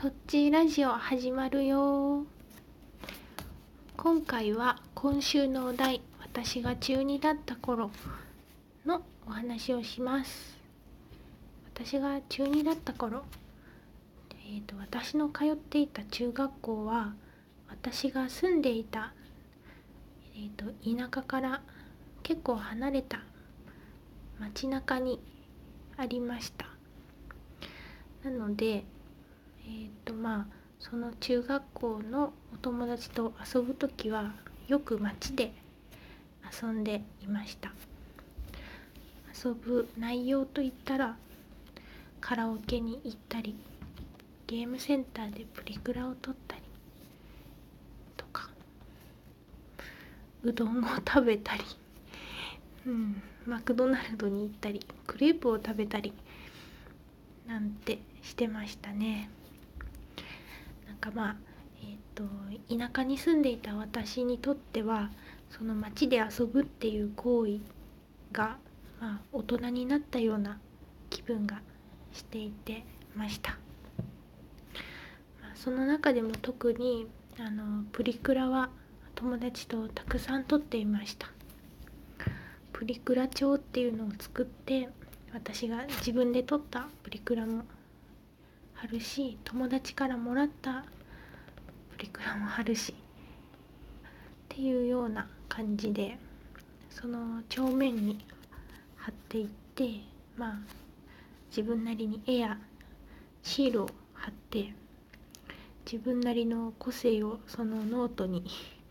とっちラジオ始まるよ。今回は今週のお題、私が中2だった頃のお話をします。私が中2だった頃、私の通っていた中学校は私が住んでいた、田舎から結構離れた街中にありました。なのでその中学校のお友達と遊ぶときはよく街で遊んでいました。遊ぶ内容といったらカラオケに行ったり、ゲームセンターでプリクラを撮ったりとか、うどんを食べたり、マクドナルドに行ったり、クレープを食べたりなんてしてましたね。田舎に住んでいた私にとっては、その街で遊ぶっていう行為が、大人になったような気分がしていてました。その中でも特にプリクラは友達とたくさん撮っていました。プリクラ帳っていうのを作って、私が自分で撮ったプリクラも貼るし、友達からもらったプリクラも貼るしっていうような感じで、その帳面に貼っていって、自分なりに絵やシールを貼って、自分なりの個性をそのノートに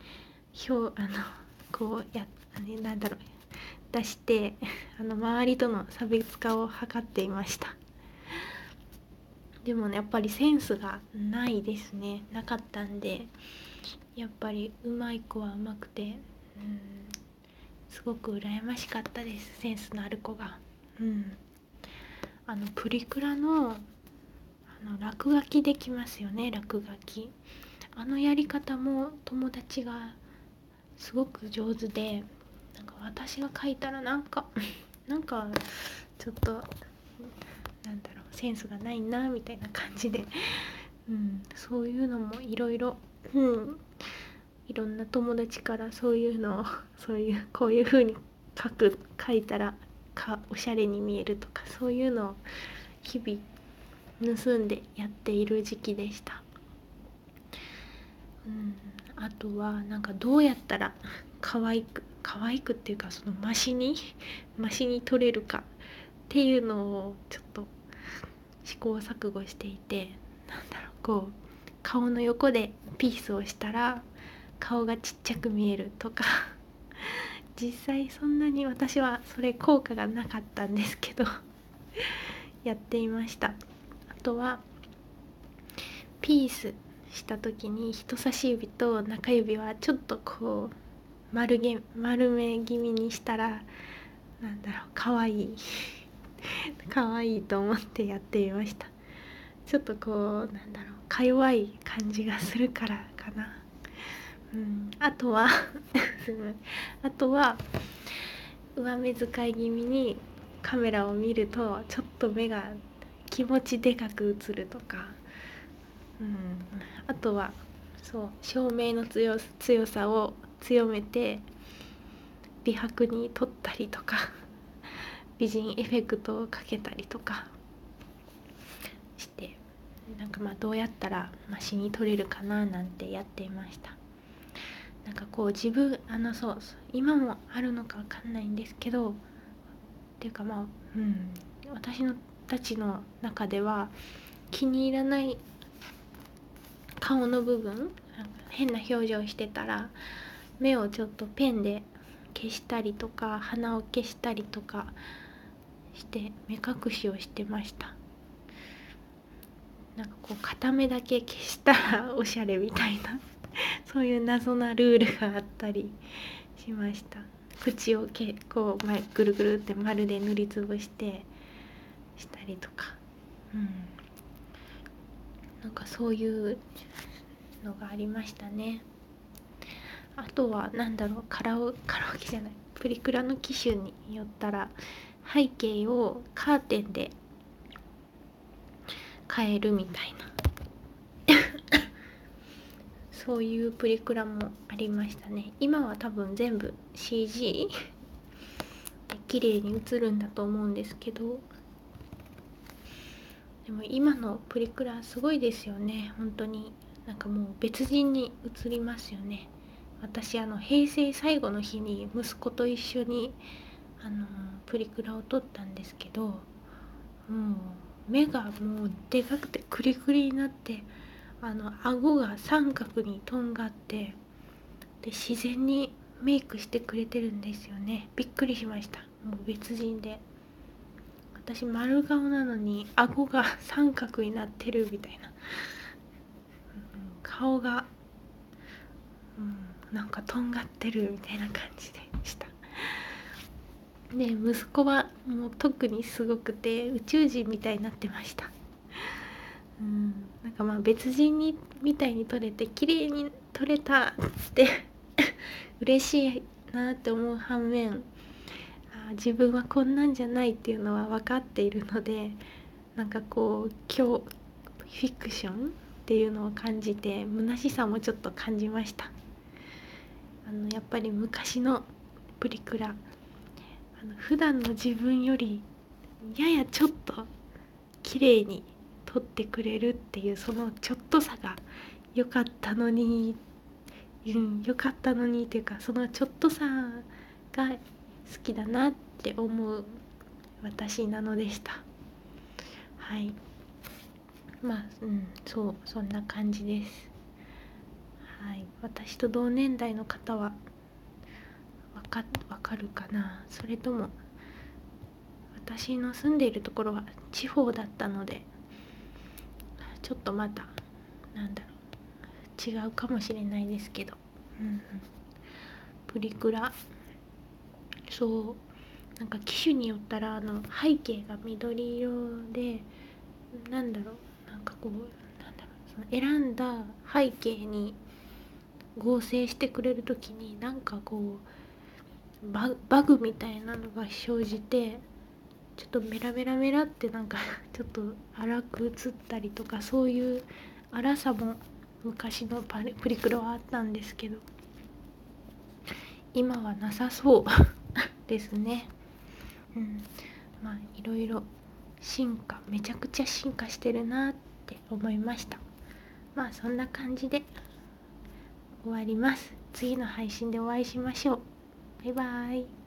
出して周りとの差別化を図っていました。でもね、やっぱりセンスがないですね。なかったんで、やっぱり上手い子は上手くて、すごく羨ましかったです。センスのある子が。プリクラの落書きできますよね。落書き、やり方も友達がすごく上手で、私が描いたらなんかちょっとセンスがないなみたいな感じで、そういうのもいろいろんな友達からそういうのをこういう風に描いたらおしゃれに見えるとか、そういうのを日々盗んでやっている時期でした。あとはどうやったら可愛くっていうか、そのマシに撮れるかっていうのをちょっと試行錯誤していて、顔の横でピースをしたら顔がちっちゃく見えるとか実際そんなに私はそれ効果がなかったんですけどやっていました。あとはピースした時に人差し指と中指はちょっと丸め気味にしたらかわいいと思ってやってみました。ちょっとか弱い感じがするからかな。あとは上目遣い気味にカメラを見るとちょっと目が気持ちでかく映るとか、あとは照明の強さを強めて美白に撮ったりとか美人エフェクトをかけたりとかして、どうやったらマシに撮れるかななんてやっていました。自分今もあるのかわかんないんですけど、っていうか私たちの中では気に入らない顔の部分、変な表情してたら目をちょっとペンで消したりとか、鼻を消したりとかして目隠しをしてました。片目だけ消したらおしゃれみたいなそういう謎なルールがあったりしました。口をぐるぐるって丸で塗りつぶしてしたりとか、そういうのがありましたね。あとはカラオケじゃない、プリクラの機種によったら背景をカーテンで変えるみたいなそういうプリクラもありましたね。今は多分全部 CG で綺麗に映るんだと思うんですけど、でも今のプリクラすごいですよね。本当になんかもう別人に映りますよね。私平成最後の日に息子と一緒にプリクラを撮ったんですけど、もう目がもうでかくてクリクリになって、顎が三角にとんがって、で自然にメイクしてくれてるんですよね。びっくりしました。もう別人で、私丸顔なのに顎が三角になってるみたいな、顔が、なんかとんがってるみたいな感じでした。で息子はもう特にすごくて宇宙人みたいになってました。なんかまあ別人みたいに撮れて綺麗に撮れたって嬉しいなって思う反面、自分はこんなんじゃないっていうのは分かっているので、なんかこうフィクションっていうのを感じて虚しさもちょっと感じました。やっぱり昔のプリクラ、普段の自分よりややちょっと綺麗に撮ってくれるっていう、そのちょっとさが良かったのに、良かったのにっていうか、そのちょっとさが好きだなって思う私なのでした。はい、まあそんな感じです。はい、私と同年代の方はわかるかな。それとも私の住んでいるところは地方だったのでちょっとまた違うかもしれないですけど、プリクラ、なんか機種によったら背景が緑色で、なんかこうその選んだ背景に合成してくれる時になんかこうバグみたいなのが生じて、ちょっとメラメラメラってなんかちょっと荒く映ったりとか、そういう荒さも昔のプリクラはあったんですけど、今はなさそうですね。まあいろいろめちゃくちゃ進化してるなって思いました。まあそんな感じで終わります。次の配信でお会いしましょう。バイバイ。